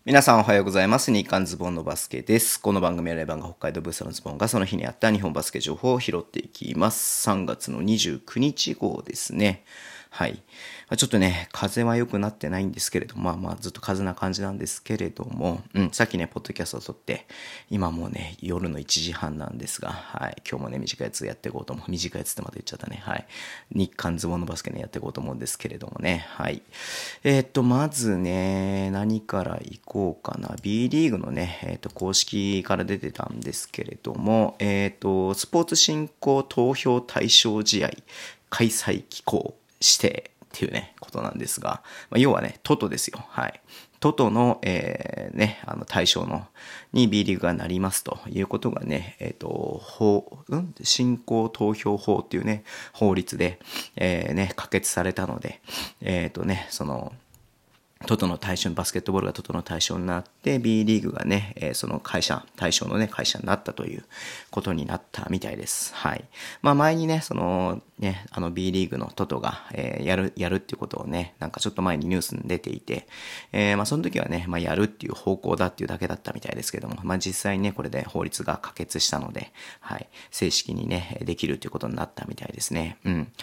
皆さんおはようございます。日刊ズボンのバスケです。この番組はレバンが北海道ブースのズボンがその日にあった日本バスケ情報を拾っていきます。3月の29日号ですね。はい。ちょっとね、風は良くなってないんですけれども、ずっと風な感じなんですけれども、さっきね、ポッドキャストを撮って、今もうね、夜の1時半なんですが、はい。今日もね、短いやつやっていこうと思う。短いやつってまた言っちゃったね。はい。日刊ズボンのバスケね、やっていこうと思うんですけれどもね。はい。まずね、何から行こうかな。B リーグのね、公式から出てたんですけれども、スポーツ振興投票対象試合開催機構指定っていうね、ことなんですが、要はね、トトですよ。はい。トトの、対象の、に B リーグがなりますということがね、振興投票法っていうね、法律で、可決されたので、トトの対象、バスケットボールがトトの対象になって、B リーグがね、その会社、対象のね、会社になったということになったみたいです。はい。前にね、B リーグのトトが、やるっていうことをね、なんかちょっと前にニュースに出ていて、その時はね、やるっていう方向だっていうだけだったみたいですけども、実際にね、これで法律が可決したので、はい。正式にね、できるっていうことになったみたいですね。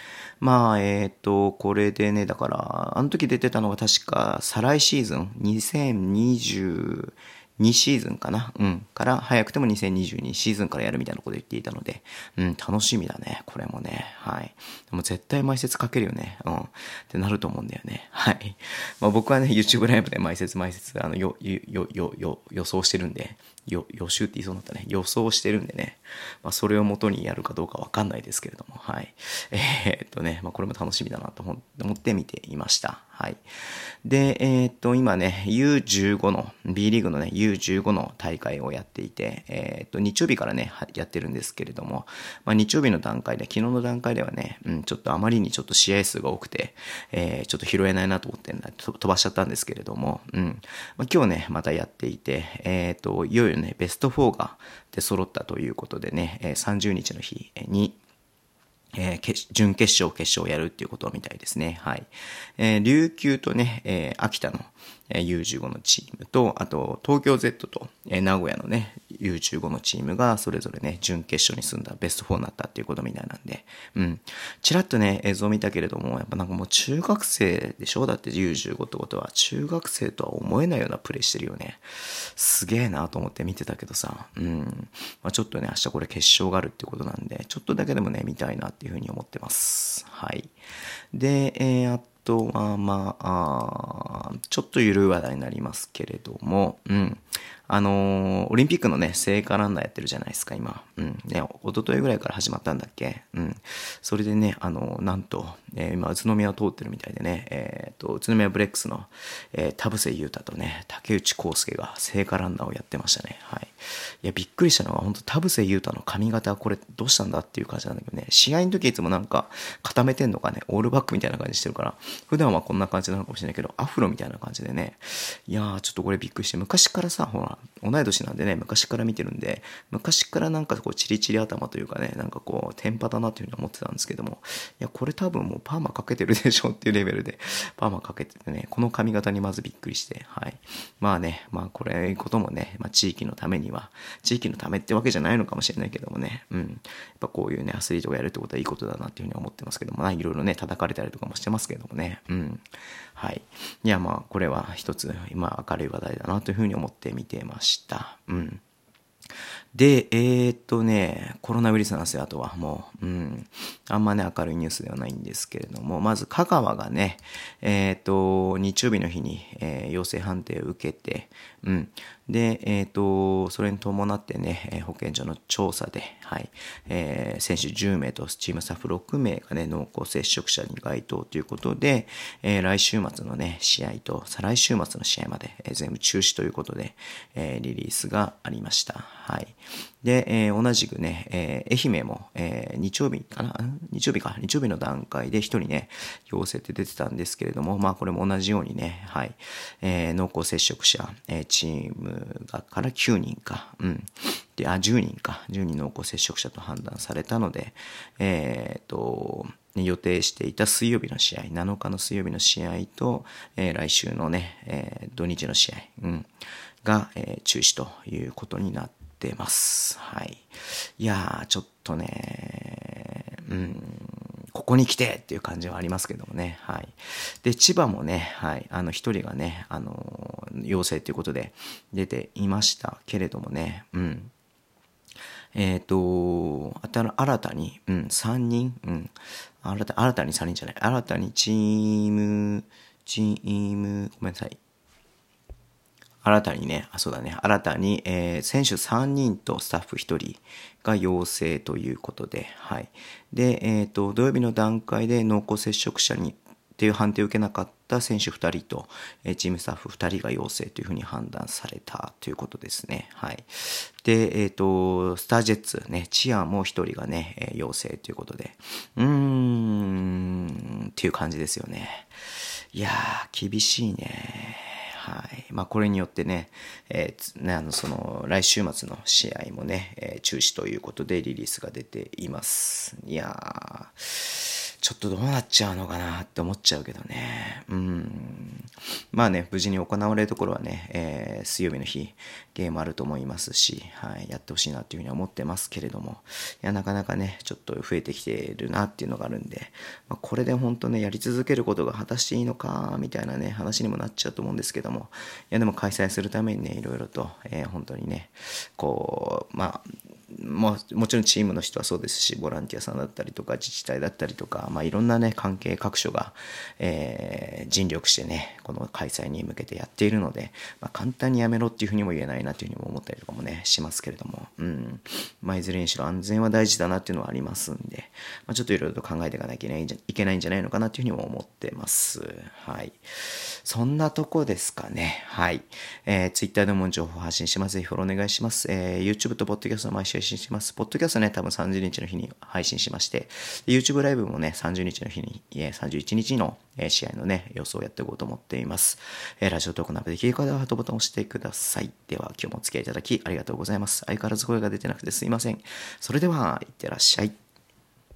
これでね、だから、あの時出てたのが確か、再来シーズン、2022シーズンかなから早くても2022シーズンからやるみたいなことを言っていたので、楽しみだね、これもね。はい。でも絶対前説かけるよね。ってなると思うんだよね。はい。僕はね、YouTube ライブで前説、予想してるんで、予習って言いそうになったね。予想してるんでね。それを元にやるかどうかわかんないですけれども、はい。これも楽しみだなと思って見ていました。はい。で、今ね、U15 の、B リーグのね、U15 の大会をやっていて、日曜日からね、やってるんですけれども、日曜日の段階で、昨日の段階ではね、ちょっとあまりにちょっと試合数が多くて、ちょっと拾えないなと思って飛ばしちゃったんですけれども、今日ね、またやっていて、いよいよね、ベスト4が出揃ったということでね、30日の日に、準決勝、決勝をやるっていうことみたいですね。はい。琉球とね、秋田の U15 のチームと、あと、東京 Z と、名古屋のね、U15 のチームがそれぞれね、準決勝に進んだベスト4になったっていうことみたいなんで、ちらっとね、映像見たけれども、やっぱなんかもう中学生でしょだって U15 ってことは、中学生とは思えないようなプレイしてるよね。すげえなと思って見てたけどさ、ちょっとね、明日これ決勝があるってことなんで、ちょっとだけでもね、見たいなっていうふうに思ってます。はい。で、あとは、ちょっと緩い話題になりますけれども、オリンピックのね、聖火ランナーやってるじゃないですか、今。ね、一昨日ぐらいから始まったんだっけそれでね、なんと、今、宇都宮を通ってるみたいでね、宇都宮ブレックスの、田臥勇太とね、竹内康介が聖火ランナーをやってましたね。はい。いや、びっくりしたのは、本当田臥勇太の髪型、これどうしたんだっていう感じなんだけどね、試合の時いつもなんか固めてんのかね、オールバックみたいな感じしてるから、普段はこんな感じなのかもしれないけど、アフロみたいな感じでね、いやー、ちょっとこれびっくりして、昔からさ、ほら、同い年なんでね、昔から見てるんで、昔からなんかこう、チリチリ頭というかね、なんかこう、テンパだなというふうに思ってたんですけども、いや、これ多分もうパーマかけてるでしょっていうレベルで、パーマかけててね、この髪型にまずびっくりして、はい。これ、いうこともね、地域のためには、地域のためってわけじゃないのかもしれないけどもね、やっぱこういうね、アスリートがやるってことはいいことだなっていうふうに思ってますけども、いろいろね、叩かれたりとかもしてますけどもね、はい。いや、これは一つ、今明るい話題だなというふうに思って見てました。で、コロナウイルスなんですよ、あとはもう、あんまね、明るいニュースではないんですけれども、まず香川がね、日曜日の日に、陽性判定を受けて、で、それに伴ってね、保健所の調査で、はい、選手10名とチームスタッフ6名がね、濃厚接触者に該当ということで、来週末のね、試合と再来週末の試合まで、全部中止ということで、リリースがありました。はい。で、同じくね、愛媛も、日曜日の段階で一人ね、陽性って出てたんですけれども、これも同じようにね、はい、濃厚接触者、チームから9人か、で、10人か、10人濃厚接触者と判断されたので、予定していた水曜日の試合、7日の水曜日の試合と、来週のね、土日の試合、 が、中止ということになってます。はい。いやー、ちょっとね、ここに来てっていう感じはありますけどもね。はい。で、千葉もね、はい、一人がね、陽性ということで出ていましたけれどもね、新たに、3人、新たに3人じゃない、新たにチーム、ごめんなさい。新たにね、そうだね、新たに、選手3人とスタッフ1人が陽性ということで、はい。で、土曜日の段階で濃厚接触者にっていう判定を受けなかった選手2人と、チームスタッフ2人が陽性というふうに判断されたということですね。はい。で、スタージェッツね、チアも1人がね、陽性ということで、っていう感じですよね。いやー、厳しいね。はい。まあ、これによってね、その、来週末の試合もね、中止ということでリリースが出ています。いやー、ちょっとどうなっちゃうのかなって思っちゃうけどね。まあね、無事に行われるところはね、水曜日の日、ゲームあると思いますし、はい、やってほしいなっていうふうに思ってますけれども、いや、なかなかね、ちょっと増えてきているなっていうのがあるんで、まあ、これで本当ね、やり続けることが果たしていいのか、みたいなね、話にもなっちゃうと思うんですけども、いや、でも開催するためにね、いろいろと、本当にね、こう、まあ、もちろんチームの人はそうですし、ボランティアさんだったりとか自治体だったりとか、まあ、いろんなね関係各所が、尽力してねこの開催に向けてやっているので、まあ、簡単にやめろっていうふうにも言えないなというふうにも思ったりとかもねしますけれども、まあ、いずれにしろ安全は大事だなっていうのはありますんで、まあ、ちょっといろいろと考えていかなきゃいけないんじゃないのかなというふうにも思ってます。はい。そんなとこですかね。はい。Twitter でも情報発信します。ぜひフォローお願いします。YouTube と Podcast を毎週配信します。Podcast ね、多分30日の日に配信しまして、YouTube ライブもね、30日の日に、31日の試合のね、予想をやっていこうと思っています。ラジオトークなどできる方はハートボタンを押してください。では、今日もお付き合いいただきありがとうございます。相変わらず声が出てなくてすいません。それでは、いってらっしゃい。